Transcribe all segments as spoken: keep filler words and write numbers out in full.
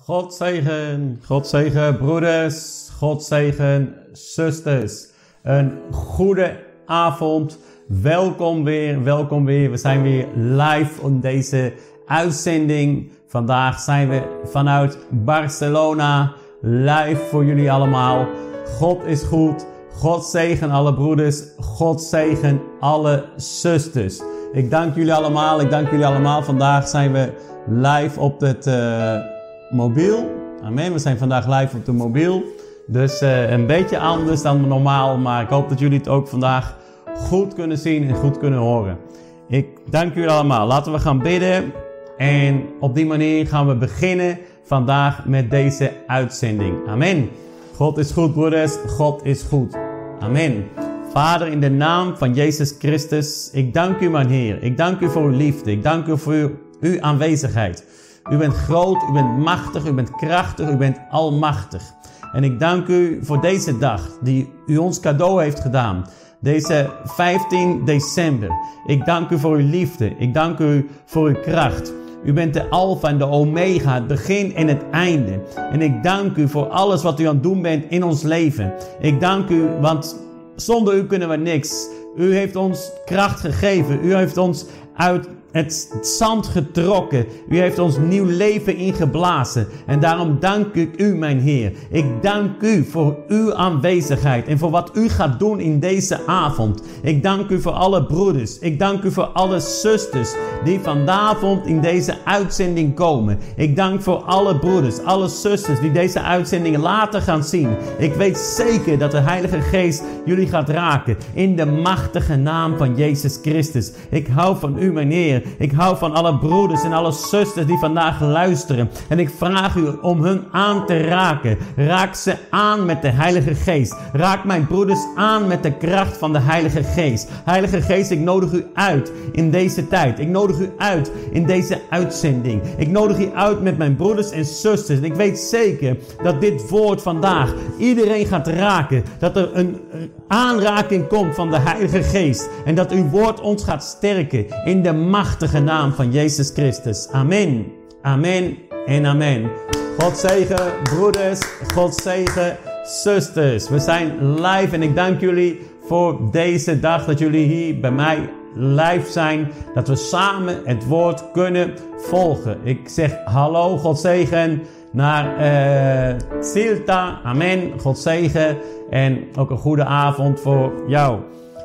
God zegen, God zegen broeders, God zegen zusters. Een goede avond, welkom weer, welkom weer. We zijn weer live in deze uitzending. Vandaag zijn we vanuit Barcelona live voor jullie allemaal. God is goed, God zegen alle broeders, God zegen alle zusters. Ik dank jullie allemaal, ik dank jullie allemaal. Vandaag zijn we live op het uh, mobiel. Amen, we zijn vandaag live op de mobiel. Dus uh, een beetje anders dan normaal, maar ik hoop dat jullie het ook vandaag goed kunnen zien en goed kunnen horen. Ik dank jullie allemaal. Laten we gaan bidden. En op die manier gaan we beginnen vandaag met deze uitzending. Amen. God is goed, broeders. God is goed. Amen. Vader, in de naam van Jezus Christus, ik dank u, mijn Heer. Ik dank u voor uw liefde. Ik dank u voor uw, uw aanwezigheid. U bent groot, u bent machtig, u bent krachtig, u bent almachtig. En ik dank u voor deze dag die u ons cadeau heeft gedaan. Deze vijftien december. Ik dank u voor uw liefde. Ik dank u voor uw kracht. U bent de Alpha en de Omega, het begin en het einde. En ik dank u voor alles wat u aan het doen bent in ons leven. Ik dank u, want zonder u kunnen we niks. U heeft ons kracht gegeven. U heeft ons uit het zand getrokken. U heeft ons nieuw leven ingeblazen. En daarom dank ik u, mijn Heer. Ik dank u voor uw aanwezigheid en voor wat u gaat doen in deze avond. Ik dank u voor alle broeders. Ik dank u voor alle zusters die vanavond in deze uitzending komen. Ik dank voor alle broeders, alle zusters die deze uitzending later gaan zien. Ik weet zeker dat de Heilige Geest jullie gaat raken in de machtige naam van Jezus Christus. Ik hou van u, mijn Heer. Ik hou van alle broeders en alle zusters die vandaag luisteren. En ik vraag u om hun aan te raken. Raak ze aan met de Heilige Geest. Raak mijn broeders aan met de kracht van de Heilige Geest. Heilige Geest, ik nodig u uit in deze tijd. Ik nodig u uit in deze uitzending. Ik nodig u uit met mijn broeders en zusters. En ik weet zeker dat dit woord vandaag iedereen gaat raken. Dat er een aanraking komt van de Heilige Geest. En dat uw woord ons gaat sterken in de machtige naam van Jezus Christus. Amen. Amen en amen. God zegen broeders. God zegen zusters. We zijn live en ik dank jullie voor deze dag dat jullie hier bij mij live zijn. Dat we samen het woord kunnen volgen. Ik zeg hallo, God zegen naar uh, Silta. Amen. God zegen. En ook een goede avond voor jou.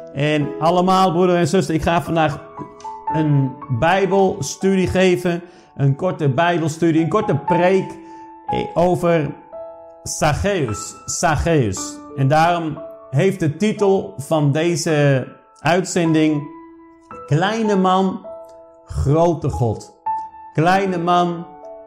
En allemaal broeder en zuster, ik ga vandaag een bijbelstudie geven. Een korte bijbelstudie, een korte preek over Zacchaeus. Zacchaeus. En daarom heeft de titel van deze uitzending Kleine man, grote God. Kleine man,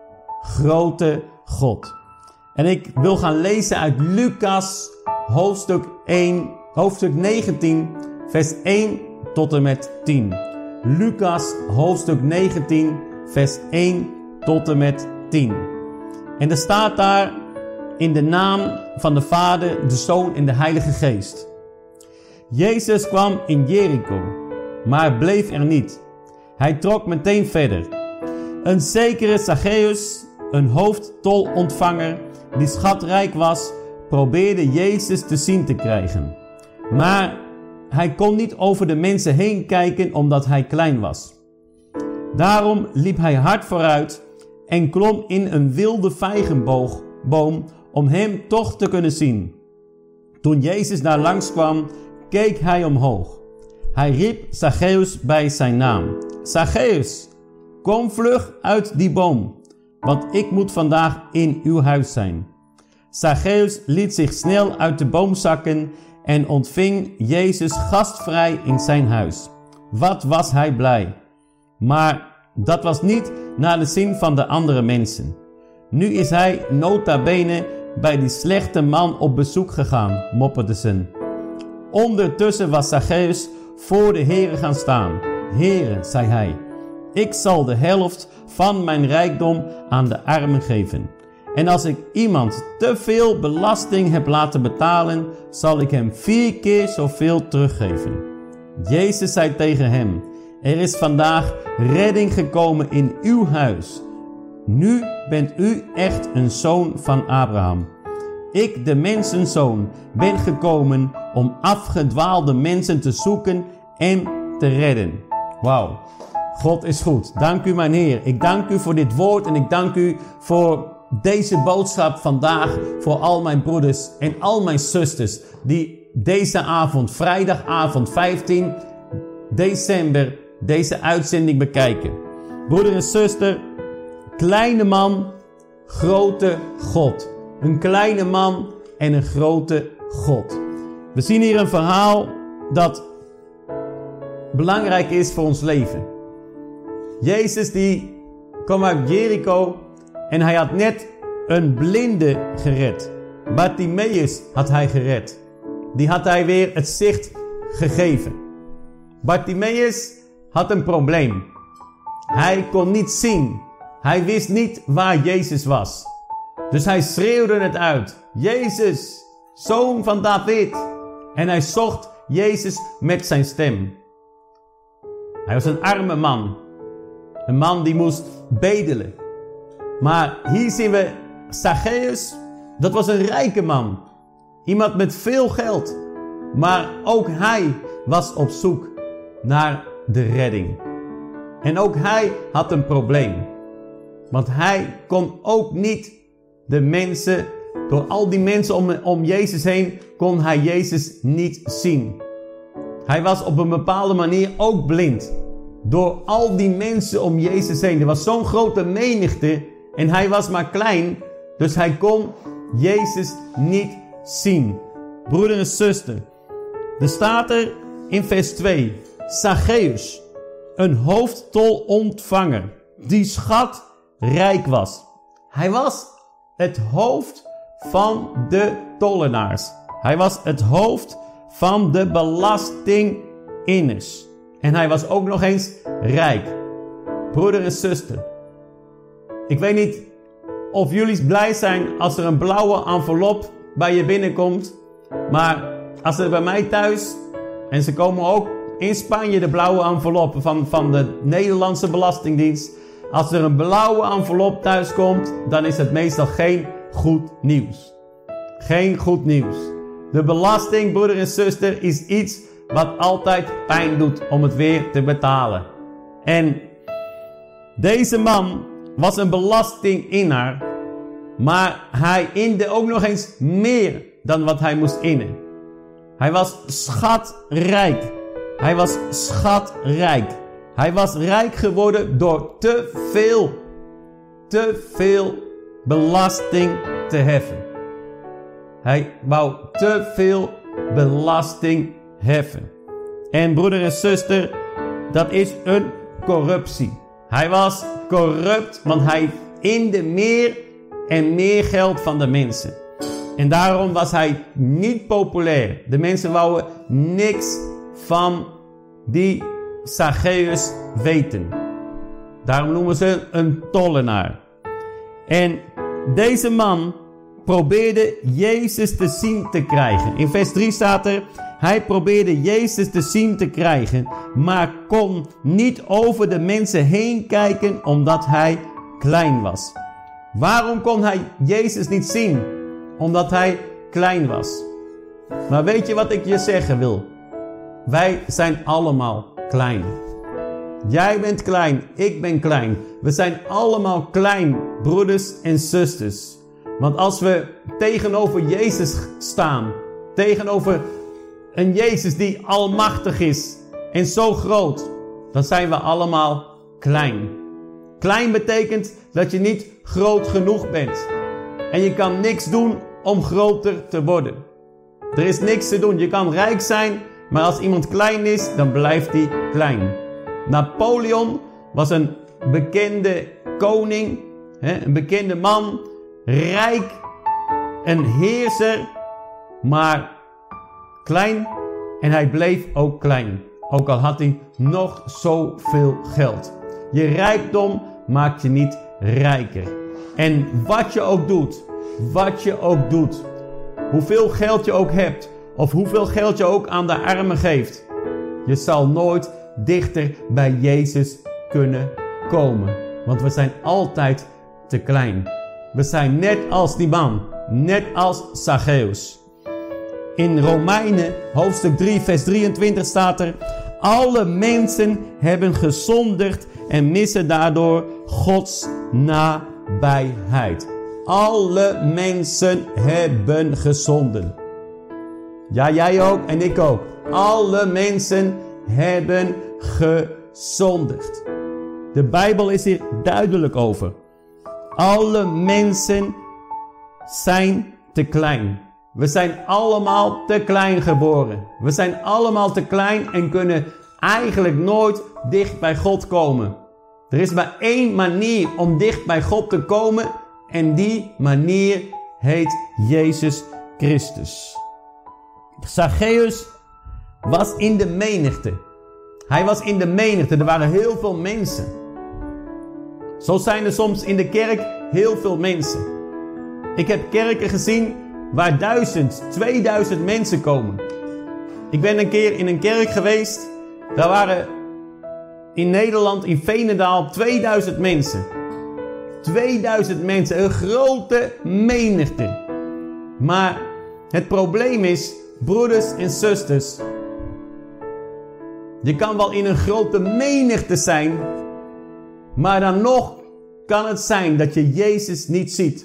grote God. En ik wil gaan lezen uit Lucas hoofdstuk één, hoofdstuk negentien, vers één tot en met tien. Lucas hoofdstuk negentien, vers één tot en met tien. En er staat daar in de naam van de Vader, de Zoon en de Heilige Geest. Jezus kwam in Jericho, maar bleef er niet. Hij trok meteen verder. Een zekere Zacchaeus, een hoofdtolontvanger die schatrijk was, probeerde Jezus te zien te krijgen. Maar hij kon niet over de mensen heen kijken omdat hij klein was. Daarom liep hij hard vooruit en klom in een wilde vijgenboom om hem toch te kunnen zien. Toen Jezus daar langs kwam, keek hij omhoog. Hij riep Zacchaeus bij zijn naam. Zacchaeus, kom vlug uit die boom, want ik moet vandaag in uw huis zijn. Zacchaeus liet zich snel uit de boom zakken en ontving Jezus gastvrij in zijn huis. Wat was hij blij. Maar dat was niet naar de zin van de andere mensen. Nu is hij nota bene bij die slechte man op bezoek gegaan, mopperde ze. Ondertussen was Zacchaeus voor de Heere gaan staan. Heere, zei hij, ik zal de helft van mijn rijkdom aan de armen geven. En als ik iemand te veel belasting heb laten betalen, zal ik hem vier keer zoveel teruggeven. Jezus zei tegen hem, er is vandaag redding gekomen in uw huis. nu bent u echt een zoon van Abraham. Ik, de mensenzoon, ben gekomen om afgedwaalde mensen te zoeken en te redden. Wauw, God is goed. Dank u, mijn Heer. Ik dank u voor dit woord en ik dank u voor deze boodschap vandaag voor al mijn broeders en al mijn zusters die deze avond, vrijdagavond vijftien december, deze uitzending bekijken. Broeder en zuster, kleine man, grote God. Een kleine man en een grote God. We zien hier een verhaal dat belangrijk is voor ons leven. Jezus die kwam uit Jericho en hij had net een blinde gered. Bartimaeus had hij gered. Die had hij weer het zicht gegeven. Bartimaeus had een probleem. Hij kon niet zien. Hij wist niet waar Jezus was. Dus hij schreeuwde het uit. Jezus, zoon van David. En hij zocht Jezus met zijn stem. Hij was een arme man. Een man die moest bedelen. Maar hier zien we Zacchaeus. Dat was een rijke man. Iemand met veel geld. Maar ook hij was op zoek naar de redding. En ook hij had een probleem. Want hij kon ook niet de mensen, door al die mensen om, om Jezus heen, kon hij Jezus niet zien. Hij was op een bepaalde manier ook blind. Door al die mensen om Jezus heen. Er was zo'n grote menigte en hij was maar klein. Dus hij kon Jezus niet zien. Broeder en zuster. Er staat er in vers twee. Zacchaeus, een hoofdtolontvanger, die schatrijk was. Hij was het hoofd van de tollenaars. Hij was het hoofd van de belastinginners. En hij was ook nog eens rijk. Broeder en zuster. Ik weet niet of jullie blij zijn als er een blauwe envelop bij je binnenkomt. Maar als er bij mij thuis, en ze komen ook in Spanje de blauwe enveloppen van, van de Nederlandse Belastingdienst. Als er een blauwe envelop thuis komt, dan is het meestal geen goed nieuws. Geen goed nieuws. De belasting, broeder en zuster, is iets wat altijd pijn doet om het weer te betalen. En deze man was een belastinginner, maar hij inde ook nog eens meer dan wat hij moest innen. Hij was schatrijk. Hij was schatrijk. Hij was rijk geworden door te veel, te veel belasting te heffen. Hij wou te veel belasting heffen. En broeder en zuster, dat is een corruptie. Hij was corrupt, want hij inde meer en meer geld van de mensen. En daarom was hij niet populair. De mensen wouden niks van die Zacchaeus weten. Daarom noemen ze een tollenaar. En deze man probeerde Jezus te zien te krijgen. In vers drie staat er: hij probeerde Jezus te zien te krijgen, maar kon niet over de mensen heen kijken omdat hij klein was. Waarom kon hij Jezus niet zien? Omdat hij klein was. Maar weet je wat ik je zeggen wil? Wij zijn allemaal klein. Jij bent klein, ik ben klein. We zijn allemaal klein, broeders en zusters. Want als we tegenover Jezus staan, tegenover een Jezus die almachtig is en zo groot, dan zijn we allemaal klein. Klein betekent dat je niet groot genoeg bent. En je kan niks doen om groter te worden. Er is niks te doen. Je kan rijk zijn, maar als iemand klein is, dan blijft hij klein. Napoleon was een bekende koning, een bekende man, rijk, een heerser, maar klein, en hij bleef ook klein. Ook al had hij nog zoveel geld. Je rijkdom maakt je niet rijker. En wat je ook doet, wat je ook doet, hoeveel geld je ook hebt, of hoeveel geld je ook aan de armen geeft, je zal nooit dichter bij Jezus kunnen komen. Want we zijn altijd te klein. We zijn net als die man, net als Zacchaeus. In Romeinen hoofdstuk drie vers drieëntwintig staat er: alle mensen hebben gezondigd en missen daardoor Gods nabijheid. Alle mensen hebben gezonden. Ja, jij ook en ik ook. Alle mensen hebben gezondigd. De Bijbel is hier duidelijk over. Alle mensen zijn te klein. We zijn allemaal te klein geboren. We zijn allemaal te klein en kunnen eigenlijk nooit dicht bij God komen. Er is maar één manier om dicht bij God te komen en die manier heet Jezus Christus. Zacchaeus was in de menigte. Hij was in de menigte. Er waren heel veel mensen. Zo zijn er soms in de kerk heel veel mensen. Ik heb kerken gezien waar duizend, tweeduizend mensen komen. Ik ben een keer in een kerk geweest. Daar waren in Nederland, in Veenendaal, tweeduizend mensen. tweeduizend mensen, een grote menigte. Maar het probleem is, broeders en zusters, je kan wel in een grote menigte zijn, maar dan nog kan het zijn dat je Jezus niet ziet.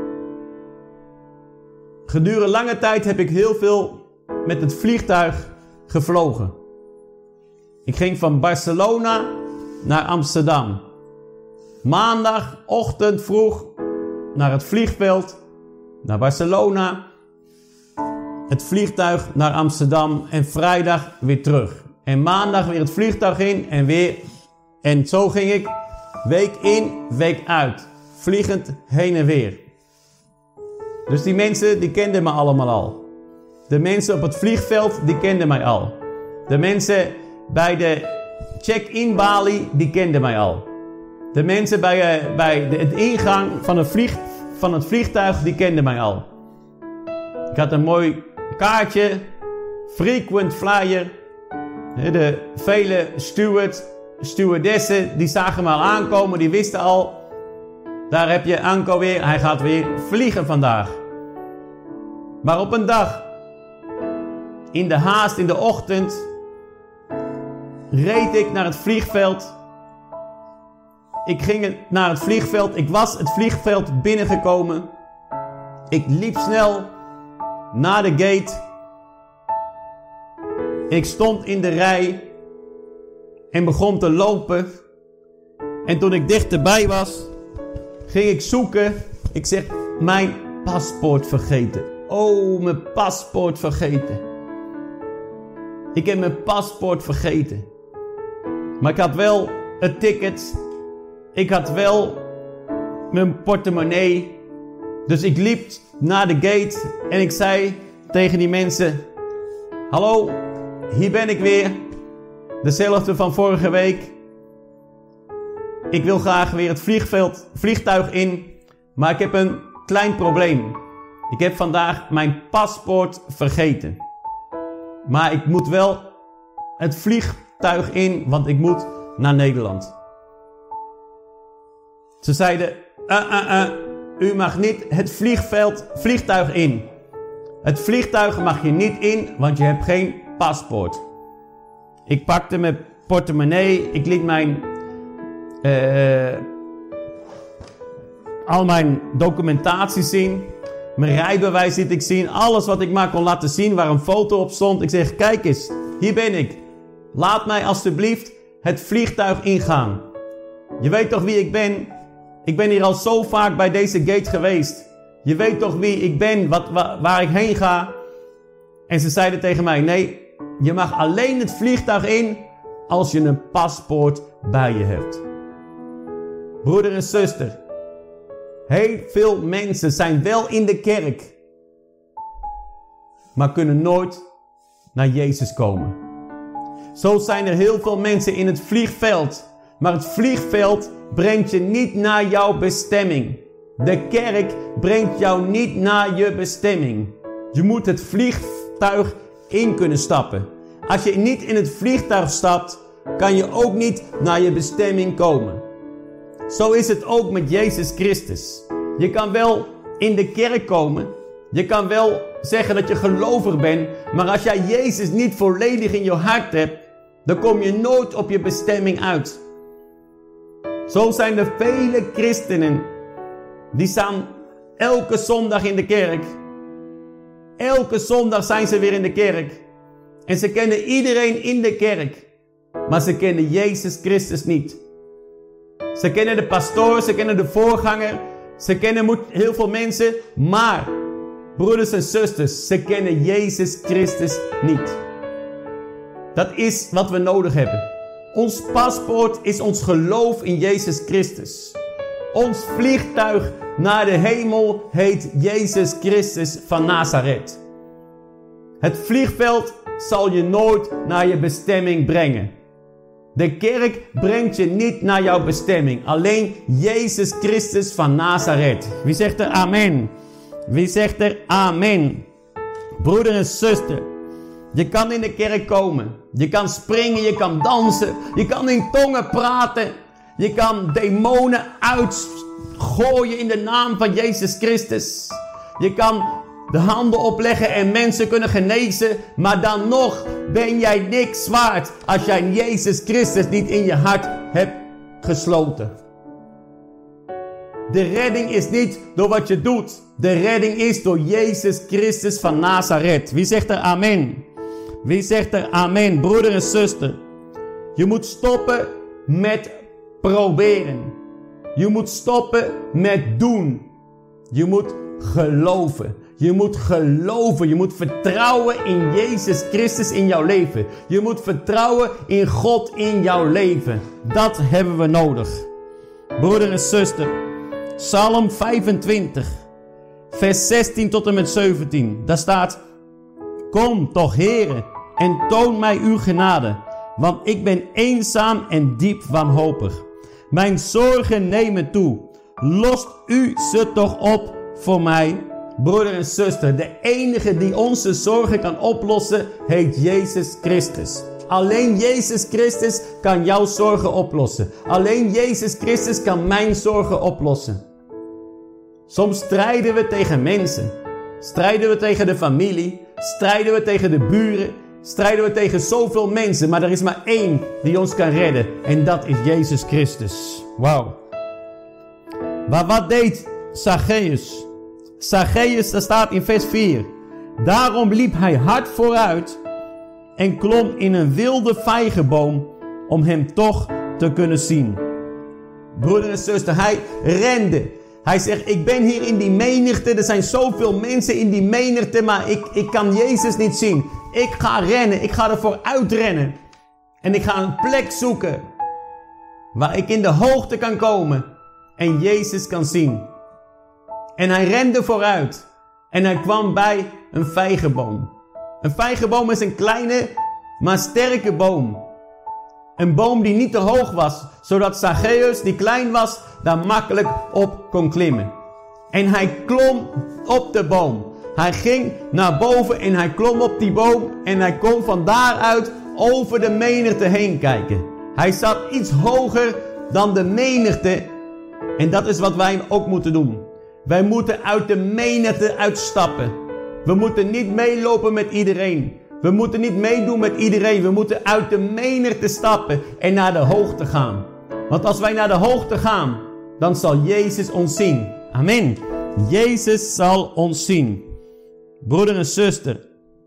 Gedurende lange tijd heb ik heel veel met het vliegtuig gevlogen. Ik ging van Barcelona naar Amsterdam. Maandagochtend vroeg naar het vliegveld, naar Barcelona. Het vliegtuig naar Amsterdam en vrijdag weer terug. En maandag weer het vliegtuig in en weer. En zo ging ik week in, week uit. Vliegend heen en weer. Dus die mensen die kenden me allemaal al. De mensen op het vliegveld die kenden mij al. De mensen bij de check-in balie die kenden mij al. De mensen bij, uh, bij de het ingang van het, vlieg, van het vliegtuig die kenden mij al. Ik had een mooi kaartje, frequent flyer. De vele steward, stewardessen die zagen me al aankomen, die wisten al, daar heb je Anko weer, hij gaat weer vliegen vandaag. Maar op een dag, in de haast in de ochtend, reed ik naar het vliegveld. Ik ging naar het vliegveld, ik was het vliegveld binnengekomen. Ik liep snel naar de gate. Ik stond in de rij en begon te lopen. En toen ik dichterbij was, ging ik zoeken. Ik zeg, mijn paspoort vergeten. Oh, mijn paspoort vergeten. Ik heb mijn paspoort vergeten. Maar ik had wel het ticket. Ik had wel mijn portemonnee. Dus ik liep naar de gate en ik zei tegen die mensen: hallo, hier ben ik weer. Dezelfde van vorige week. Ik wil graag weer het vliegveld, vliegtuig in. Maar ik heb een klein probleem. Ik heb vandaag mijn paspoort vergeten. Maar ik moet wel het vliegtuig in, want ik moet naar Nederland. Ze zeiden, uh, uh, uh, u mag niet het vliegveld, vliegtuig in. Het vliegtuig mag je niet in, want je hebt geen paspoort. Ik pakte mijn portemonnee, ik liet mijn, uh, al mijn documentatie zien. Mijn rijbewijs liet ik zien, alles wat ik maar kon laten zien, waar een foto op stond. Ik zeg, kijk eens, hier ben ik. Laat mij alstublieft het vliegtuig ingaan. Je weet toch wie ik ben? Ik ben hier al zo vaak bij deze gate geweest. Je weet toch wie ik ben, wat, waar, waar ik heen ga? En ze zeiden tegen mij, nee, je mag alleen het vliegtuig in als je een paspoort bij je hebt. Broeder en zuster, heel veel mensen zijn wel in de kerk, maar kunnen nooit naar Jezus komen. Zo zijn er heel veel mensen in het vliegveld, maar het vliegveld brengt je niet naar jouw bestemming. De kerk brengt jou niet naar je bestemming. Je moet het vliegtuig in kunnen stappen. Als je niet in het vliegtuig stapt, kan je ook niet naar je bestemming komen. Zo is het ook met Jezus Christus. Je kan wel in de kerk komen. Je kan wel zeggen dat je gelovig bent. Maar als jij Jezus niet volledig in je hart hebt, dan kom je nooit op je bestemming uit. Zo zijn er vele christenen die staan elke zondag in de kerk. Elke zondag zijn ze weer in de kerk. En ze kennen iedereen in de kerk. Maar ze kennen Jezus Christus niet. Ze kennen de pastoor, ze kennen de voorganger. Ze kennen heel veel mensen. Maar, broeders en zusters, ze kennen Jezus Christus niet. Dat is wat we nodig hebben. Ons paspoort is ons geloof in Jezus Christus. Ons vliegtuig naar de hemel heet Jezus Christus van Nazareth. Het vliegveld zal je nooit naar je bestemming brengen. De kerk brengt je niet naar jouw bestemming. Alleen Jezus Christus van Nazareth. Wie zegt er amen? Wie zegt er amen? Broeder en zuster, je kan in de kerk komen. Je kan springen, je kan dansen. Je kan in tongen praten. Je kan demonen uitgooien in de naam van Jezus Christus. Je kan de handen opleggen en mensen kunnen genezen. Maar dan nog ben jij niks waard als jij Jezus Christus niet in je hart hebt gesloten. De redding is niet door wat je doet. De redding is door Jezus Christus van Nazareth. Wie zegt er amen? Wie zegt er amen? Broeder en zuster. Je moet stoppen met proberen. Je moet stoppen met doen. Je moet geloven. Je moet geloven. Je moet vertrouwen in Jezus Christus in jouw leven. Je moet vertrouwen in God in jouw leven. Dat hebben we nodig. Broeder en zuster. Psalm vijfentwintig. Vers zestien tot en met zeventien. Daar staat: Kom toch, Heere, en toon mij uw genade, want ik ben eenzaam en diep wanhopig. Mijn zorgen nemen toe. Lost u ze toch op voor mij? Broeder en zuster, de enige die onze zorgen kan oplossen, heet Jezus Christus. Alleen Jezus Christus kan jouw zorgen oplossen. Alleen Jezus Christus kan mijn zorgen oplossen. Soms strijden we tegen mensen. Strijden we tegen de familie. Strijden we tegen de buren. Strijden we tegen zoveel mensen. Maar er is maar één die ons kan redden. En dat is Jezus Christus. Wauw. Maar wat deed Zacchaeus? Zacchaeus, dat staat in vers vier. Daarom liep hij hard vooruit en klom in een wilde vijgenboom om hem toch te kunnen zien. Broeder en zuster, hij rende. Hij zegt, ik ben hier in die menigte. Er zijn zoveel mensen in die menigte, maar ik, ik kan Jezus niet zien. Ik ga rennen. Ik ga ervoor uitrennen. En ik ga een plek zoeken waar ik in de hoogte kan komen en Jezus kan zien. En hij rende vooruit. En hij kwam bij een vijgenboom. Een vijgenboom is een kleine, maar sterke boom. Een boom die niet te hoog was, zodat Zacchaeus, die klein was, daar makkelijk op kon klimmen. En hij klom op de boom. Hij ging naar boven en hij klom op die boom. En hij kon van daaruit over de menigte heen kijken. Hij zat iets hoger dan de menigte. En dat is wat wij ook moeten doen. Wij moeten uit de menigte uitstappen. We moeten niet meelopen met iedereen. We moeten niet meedoen met iedereen. We moeten uit de menigte stappen en naar de hoogte gaan. Want als wij naar de hoogte gaan, dan zal Jezus ons zien. Amen. Jezus zal ons zien. Broeder en zuster,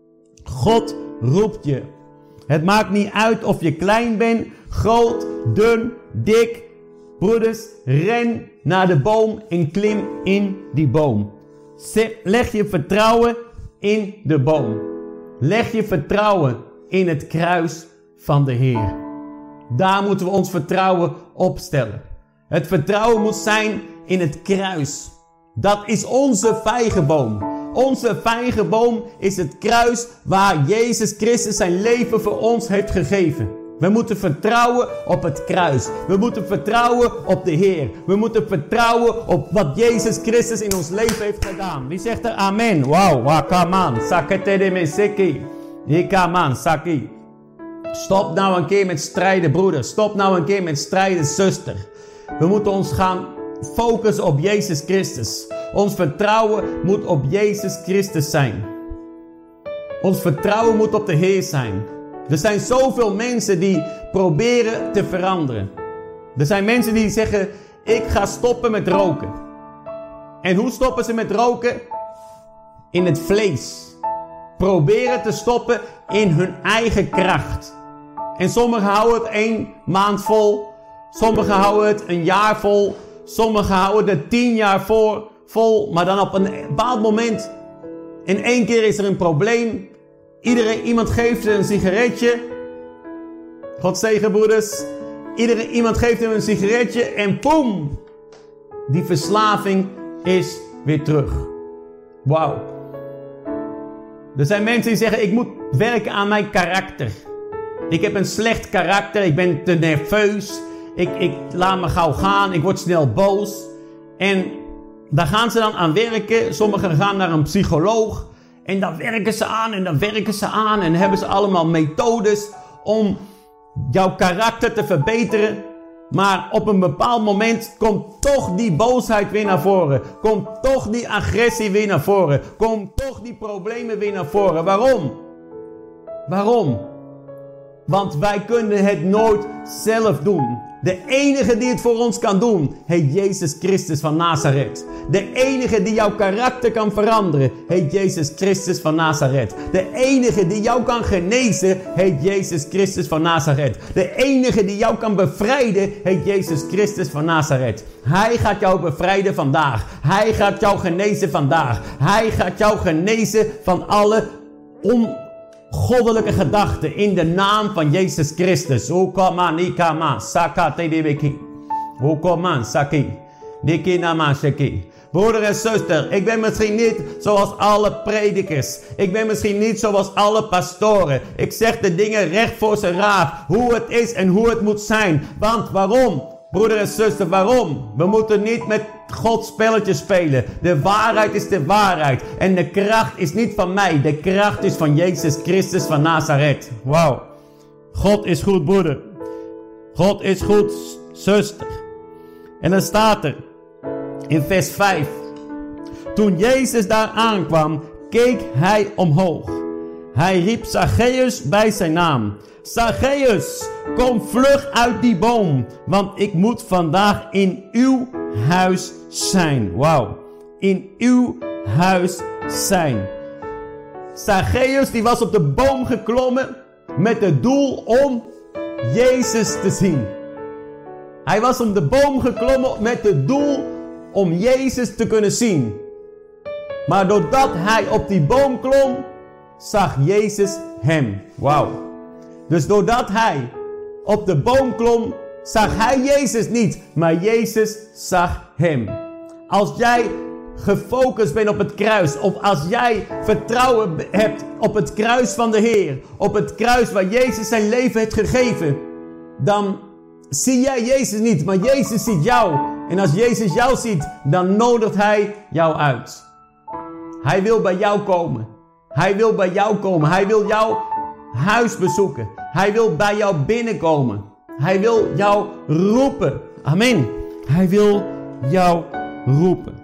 God roept je. Het maakt niet uit of je klein bent, groot, dun, dik. Broeders, ren naar de boom en klim in die boom. Leg je vertrouwen in de boom. Leg je vertrouwen in het kruis van de Heer. Daar moeten we ons vertrouwen op stellen. Het vertrouwen moet zijn in het kruis. Dat is onze vijgenboom. Onze vijgenboom is het kruis waar Jezus Christus zijn leven voor ons heeft gegeven. We moeten vertrouwen op het kruis. We moeten vertrouwen op de Heer. We moeten vertrouwen op wat Jezus Christus in ons leven heeft gedaan. Wie zegt er amen? Wauw, wakaman, sakete meseki. Ikaman, saki. Stop nou een keer met strijden, broeder. Stop nou een keer met strijden, zuster. We moeten ons gaan focussen op Jezus Christus. Ons vertrouwen moet op Jezus Christus zijn. Ons vertrouwen moet op de Heer zijn. Er zijn zoveel mensen die proberen te veranderen. Er zijn mensen die zeggen, ik ga stoppen met roken. En hoe stoppen ze met roken? In het vlees. Proberen te stoppen in hun eigen kracht. En sommigen houden het één maand vol. Sommigen houden het een jaar vol. Sommigen houden het tien jaar voor, vol. Maar dan op een bepaald moment, in één keer is er een probleem. Iedereen, iemand geeft een sigaretje. God zegen broeders. Iedereen, iemand geeft hem een sigaretje en boem. Die verslaving is weer terug. Wauw. Er zijn mensen die zeggen, ik moet werken aan mijn karakter. Ik heb een slecht karakter, ik ben te nerveus. Ik, ik laat me gauw gaan, ik word snel boos. En daar gaan ze dan aan werken. Sommigen gaan naar een psycholoog. En dan werken ze aan en dan werken ze aan. En hebben ze allemaal methodes om jouw karakter te verbeteren. Maar op een bepaald moment komt toch die boosheid weer naar voren. Komt toch die agressie weer naar voren. Komt toch die problemen weer naar voren. Waarom? Waarom? Want wij kunnen het nooit zelf doen. De enige die het voor ons kan doen, heet Jezus Christus van Nazareth. De enige die jouw karakter kan veranderen, heet Jezus Christus van Nazareth. De enige die jou kan genezen, heet Jezus Christus van Nazareth. De enige die jou kan bevrijden, heet Jezus Christus van Nazareth. Hij gaat jou bevrijden vandaag. Hij gaat jou genezen vandaag. Hij gaat jou genezen van alle on goddelijke gedachten in de naam van Jezus Christus. Okoman ikama sakate debeki. Okoman saki. Diki namasheki. Broeder en zuster, ik ben misschien niet zoals alle predikers. Ik ben misschien niet zoals alle pastoren. Ik zeg de dingen recht voor zijn raap. Hoe het is en hoe het moet zijn. Want waarom? Broeder en zuster, waarom? We moeten niet met God spelletjes spelen. De waarheid is de waarheid. En de kracht is niet van mij. De kracht is van Jezus Christus van Nazareth. Wauw. God is goed, broeder. God is goed, zuster. En dan staat er in vers vijf. Toen Jezus daar aankwam, keek hij omhoog. Hij riep Zacchaeus bij zijn naam. Zacchaeus, kom vlug uit die boom, want ik moet vandaag in uw huis zijn. Wauw, in uw huis zijn. Zacchaeus die was op de boom geklommen met het doel om Jezus te zien. Hij was op de boom geklommen met het doel om Jezus te kunnen zien. Maar doordat hij op die boom klom, zag Jezus hem. Wauw. Dus doordat hij op de boom klom, zag hij Jezus niet, maar Jezus zag hem. Als jij gefocust bent op het kruis, of als jij vertrouwen hebt op het kruis van de Heer, op het kruis waar Jezus zijn leven heeft gegeven, dan zie jij Jezus niet, maar Jezus ziet jou. En als Jezus jou ziet, dan nodigt hij jou uit. Hij wil bij jou komen. Hij wil bij jou komen. Hij wil jouw huis bezoeken. Hij wil bij jou binnenkomen. Hij wil jou roepen. Amen. Hij wil jou roepen.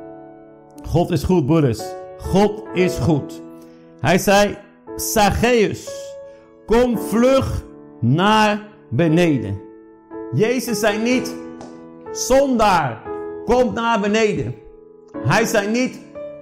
God is goed, broeders. God is goed. Hij zei, Zacchaeus, kom vlug naar beneden. Jezus zei niet, zondaar, kom naar beneden. Hij zei niet,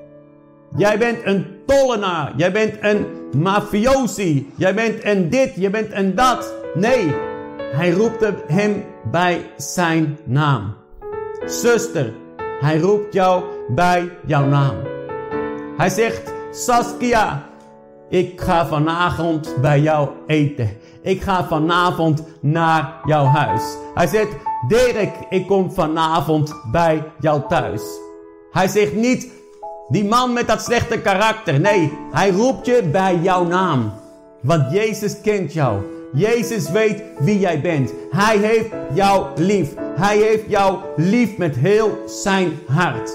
jij bent een tollenaar, jij bent een mafiosi, jij bent een dit, jij bent een dat. Nee, hij roept hem bij zijn naam. Zuster, hij roept jou bij jouw naam. Hij zegt, Saskia, ik ga vanavond bij jou eten. Ik ga vanavond naar jouw huis. Hij zegt, Dirk, ik kom vanavond bij jou thuis. Hij zegt niet, die man met dat slechte karakter. Nee, hij roept je bij jouw naam. Want Jezus kent jou. Jezus weet wie jij bent. Hij heeft jou lief. Hij heeft jou lief met heel zijn hart.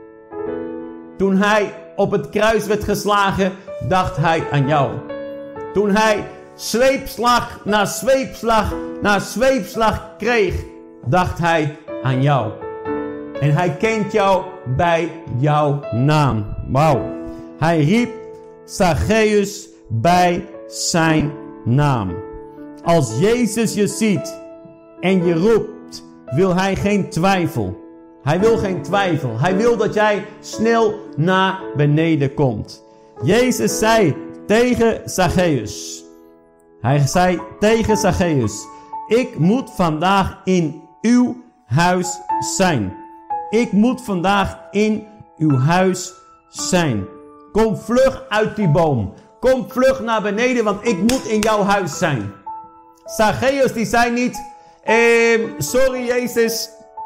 Toen hij op het kruis werd geslagen, dacht hij aan jou. Toen hij zweepslag na zweepslag na zweepslag kreeg, dacht hij aan jou. En hij kent jou bij jouw naam. Wauw. Hij riep Zacchaeus bij zijn naam. Als Jezus je ziet en je roept, wil hij geen twijfel. Hij wil geen twijfel. Hij wil dat jij snel naar beneden komt. Jezus zei tegen Zacchaeus. Hij zei tegen Zacchaeus. Ik moet vandaag in uw huis zijn. Ik moet vandaag in uw huis zijn. Kom vlug uit die boom. Kom vlug naar beneden, want ik moet in jouw huis zijn. Zacchaeus die zei niet, eh, sorry Jezus,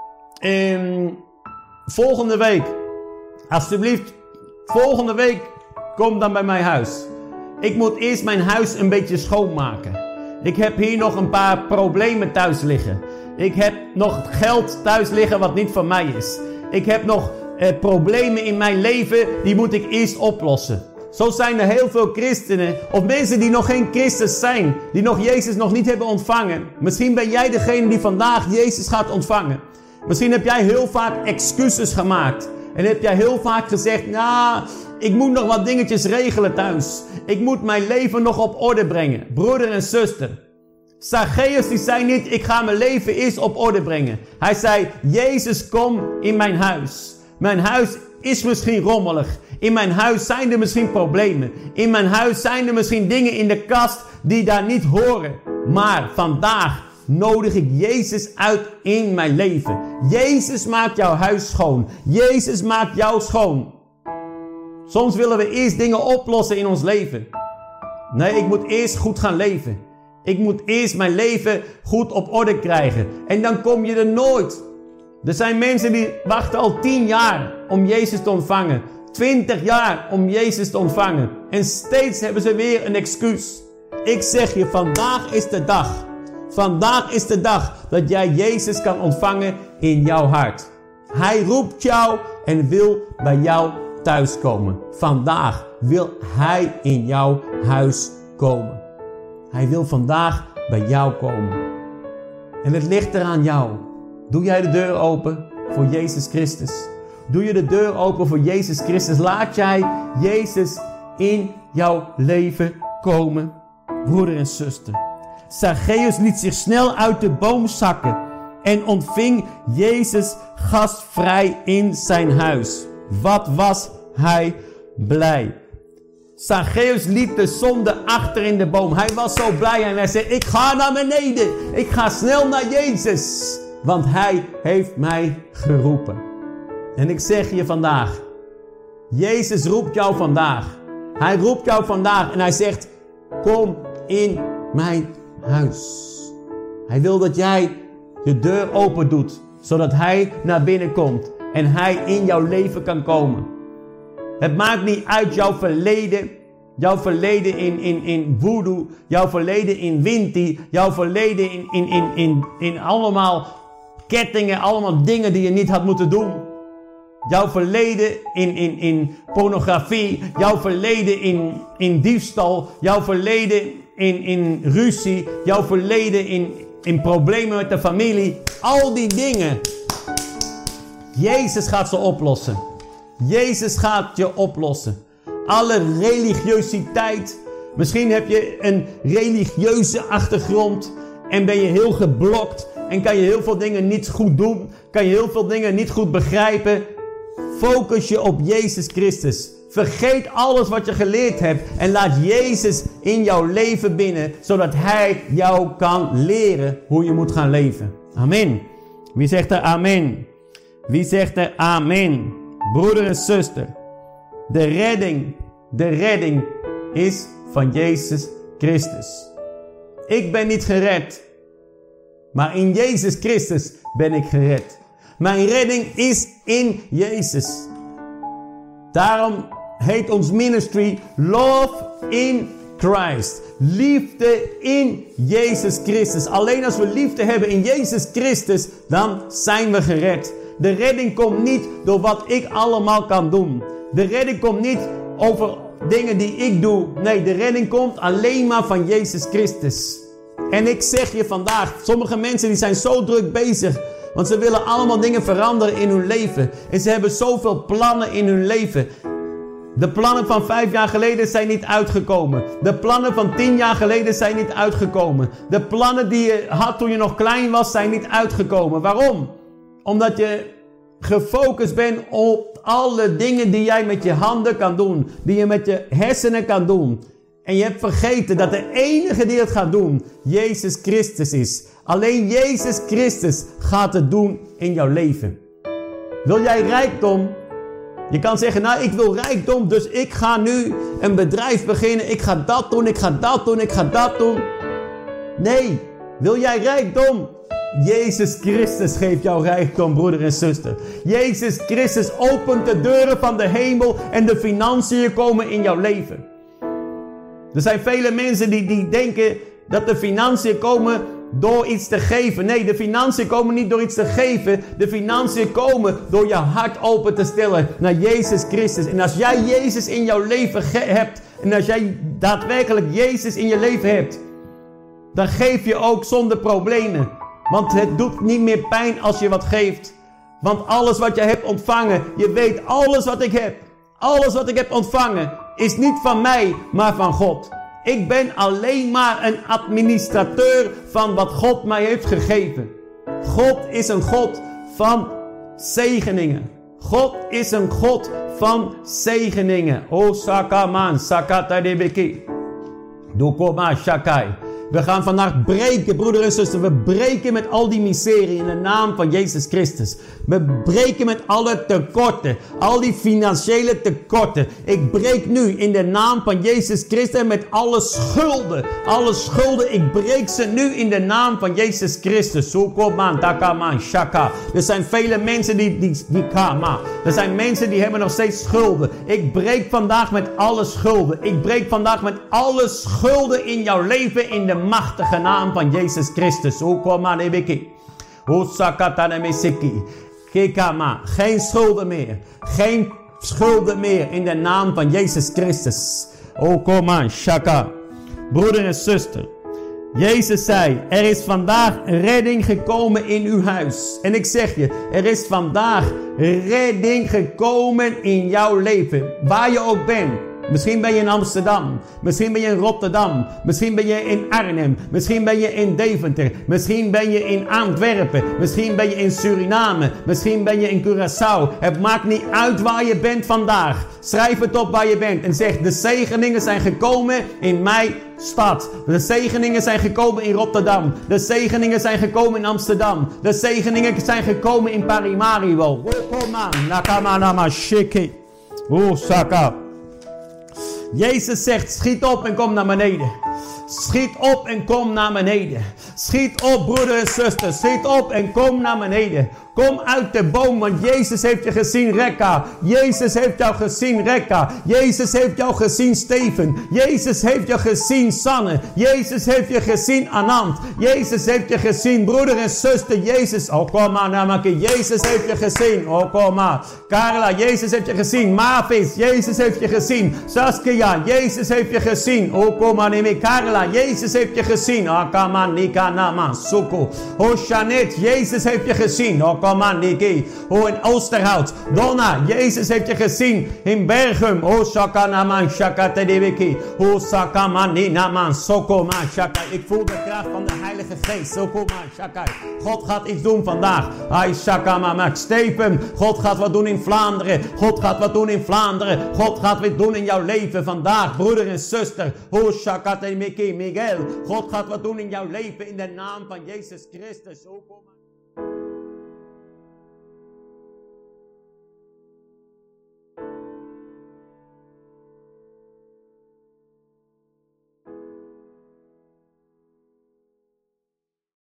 eh, volgende week, alsjeblieft, volgende week, kom dan bij mijn huis. Ik moet eerst mijn huis een beetje schoonmaken. Ik heb hier nog een paar problemen thuis liggen. Ik heb nog geld thuis liggen wat niet van mij is. Ik heb nog eh, problemen in mijn leven, die moet ik eerst oplossen. Zo zijn er heel veel christenen, of mensen die nog geen Christus zijn, die nog Jezus nog niet hebben ontvangen. Misschien ben jij degene die vandaag Jezus gaat ontvangen. Misschien heb jij heel vaak excuses gemaakt. En heb jij heel vaak gezegd, nou, ik moet nog wat dingetjes regelen thuis. Ik moet mijn leven nog op orde brengen. Broeder en zuster. Zacchaeus die zei niet, ik ga mijn leven eerst op orde brengen. Hij zei, Jezus, kom in mijn huis. Mijn huis is misschien rommelig. In mijn huis zijn er misschien problemen. In mijn huis zijn er misschien dingen in de kast die daar niet horen. Maar vandaag nodig ik Jezus uit in mijn leven. Jezus maakt jouw huis schoon. Jezus maakt jou schoon. Soms willen we eerst dingen oplossen in ons leven. Nee, ik moet eerst goed gaan leven. Ik moet eerst mijn leven goed op orde krijgen. En dan kom je er nooit. Er zijn mensen die wachten al tien jaar om Jezus te ontvangen. Twintig jaar om Jezus te ontvangen. En steeds hebben ze weer een excuus. Ik zeg je, vandaag is de dag. Vandaag is de dag dat jij Jezus kan ontvangen in jouw hart. Hij roept jou en wil bij jou thuiskomen. Vandaag wil Hij in jouw huis komen. Hij wil vandaag bij jou komen. En het ligt er aan jou. Doe jij de deur open voor Jezus Christus? Doe je de deur open voor Jezus Christus? Laat jij Jezus in jouw leven komen? Broeder en zuster. Zacchaeus liet zich snel uit de boom zakken en ontving Jezus gastvrij in zijn huis. Wat was hij blij. Zacchaeus liet de zonde achter in de boom. Hij was zo blij en hij zei, ik ga naar beneden. Ik ga snel naar Jezus. Want hij heeft mij geroepen. En ik zeg je vandaag. Jezus roept jou vandaag. Hij roept jou vandaag en hij zegt, kom in mijn huis. Hij wil dat jij de deur open doet. Zodat hij naar binnen komt. En hij in jouw leven kan komen. Het maakt niet uit jouw verleden. Jouw verleden in, in, in voodoo. Jouw verleden in winti. Jouw verleden in, in, in, in, in allemaal kettingen. Allemaal dingen die je niet had moeten doen. Jouw verleden in, in, in pornografie. Jouw verleden in, in diefstal. Jouw verleden in, in ruzie. Jouw verleden in, in problemen met de familie. Al die dingen. Jezus gaat ze oplossen. Jezus gaat je oplossen. Alle religiositeit. Misschien heb je een religieuze achtergrond. En ben je heel geblokt. En kan je heel veel dingen niet goed doen. Kan je heel veel dingen niet goed begrijpen. Focus je op Jezus Christus. Vergeet alles wat je geleerd hebt. En laat Jezus in jouw leven binnen. Zodat Hij jou kan leren hoe je moet gaan leven. Amen. Wie zegt er amen? Wie zegt er amen? Broeder en zuster. De redding. De redding is van Jezus Christus. Ik ben niet gered. Maar in Jezus Christus ben ik gered. Mijn redding is in Jezus. Daarom heet ons ministry Love in Christ. Liefde in Jezus Christus. Alleen als we liefde hebben in Jezus Christus, dan zijn we gered. De redding komt niet door wat ik allemaal kan doen. De redding komt niet over dingen die ik doe. Nee, de redding komt alleen maar van Jezus Christus. En ik zeg je vandaag, sommige mensen die zijn zo druk bezig Want ze willen allemaal dingen veranderen in hun leven. En ze hebben zoveel plannen in hun leven. De plannen van vijf jaar geleden zijn niet uitgekomen. De plannen van tien jaar geleden zijn niet uitgekomen. De plannen die je had toen je nog klein was zijn niet uitgekomen. Waarom? Omdat je gefocust bent op alle dingen die jij met je handen kan doen. Die je met je hersenen kan doen. En je hebt vergeten dat de enige die het gaat doen, Jezus Christus is. Alleen Jezus Christus gaat het doen in jouw leven. Wil jij rijkdom? Je kan zeggen, nou ik wil rijkdom, dus ik ga nu een bedrijf beginnen. Ik ga dat doen, ik ga dat doen, ik ga dat doen. Nee, wil jij rijkdom? Jezus Christus geeft jou rijkdom, broeder en zuster. Jezus Christus opent de deuren van de hemel en de financiën komen in jouw leven. Er zijn vele mensen die, die denken dat de financiën komen door iets te geven. Nee, de financiën komen niet door iets te geven. De financiën komen door je hart open te stellen naar Jezus Christus. En als jij Jezus in jouw leven hebt, en als jij daadwerkelijk Jezus in je leven hebt, dan geef je ook zonder problemen. Want het doet niet meer pijn als je wat geeft. Want alles wat je hebt ontvangen, je weet alles wat ik heb, alles wat ik heb ontvangen, is niet van mij, maar van God. Ik ben alleen maar een administrateur van wat God mij heeft gegeven. God is een God van zegeningen. God is een God van zegeningen. O Sakaman, Sakata Debeki. Dokoma Shakai. We gaan vandaag breken, broeder en zuster. We breken met al die miserie in de naam van Jezus Christus. We breken met alle tekorten. Al die financiële tekorten. Ik breek nu in de naam van Jezus Christus met alle schulden. Alle schulden, ik breek ze nu in de naam van Jezus Christus. Sukoman, Takaman, Shaka. Er zijn vele mensen die, die, die kama. Er zijn mensen die hebben nog steeds schulden. Ik breek vandaag met alle schulden. Ik breek vandaag met alle schulden in jouw leven in de machtige naam van Jezus Christus. Geen schulden meer. Geen schulden meer in de naam van Jezus Christus. Okoma Shaka. Broeder en zuster. Jezus zei, er is vandaag redding gekomen in uw huis. En ik zeg je, er is vandaag redding gekomen in jouw leven. Waar je ook bent. Misschien ben je in Amsterdam. Misschien ben je in Rotterdam. Misschien ben je in Arnhem. Misschien ben je in Deventer. Misschien ben je in Antwerpen. Misschien ben je in Suriname. Misschien ben je in Curaçao. Het maakt niet uit waar je bent vandaag. Schrijf het op waar je bent. En zeg, de zegeningen zijn gekomen in mijn stad. De zegeningen zijn gekomen in Rotterdam. De zegeningen zijn gekomen in Amsterdam. De zegeningen zijn gekomen in Paramaribo. Osaka. Jezus zegt, schiet op en kom naar beneden. Schiet op en kom naar beneden. Schiet op, broeder en zuster. Schiet op en kom naar beneden. Kom uit de boom, want Jezus heeft je gezien, Rekka. Jezus heeft jou gezien, Rekka. Jezus heeft jou gezien, Steven. Jezus heeft je gezien, Sanne. Jezus heeft je gezien, Anand. Jezus heeft je gezien, broeder en zuster. Jezus, oh kom maar, Namaki. Jezus heeft je gezien, oh kom maar. Carla, Jezus heeft je gezien. Mavis, Jezus heeft je gezien. Saskia, Jezus heeft je gezien. Oh kom maar, neem ik. Carla, Jezus heeft je gezien. Oh kom maar, Nika, Nama, Suko. Oh Janet, Jezus heeft je gezien. Oh kom maar, Niki. Oh in Oosterhout. Donna, Jezus heeft je gezien. In Bergum. Oh Shakanaman, Shakatedewiki. Oh Sakamani, Naman, Sokoman, Shakai. Ik voel de kracht van de Heilige Geest. Sokoman, Shakai. God gaat iets doen vandaag. Ai Shakamamak. Steven, God gaat wat doen in Vlaanderen. God gaat wat doen in Vlaanderen. God gaat wat doen in jouw leven vandaag, broeder en zuster. Oh Shakatedewiki, Miguel. God gaat wat doen in jouw leven in de naam van Jezus Christus. Oh, kom maar.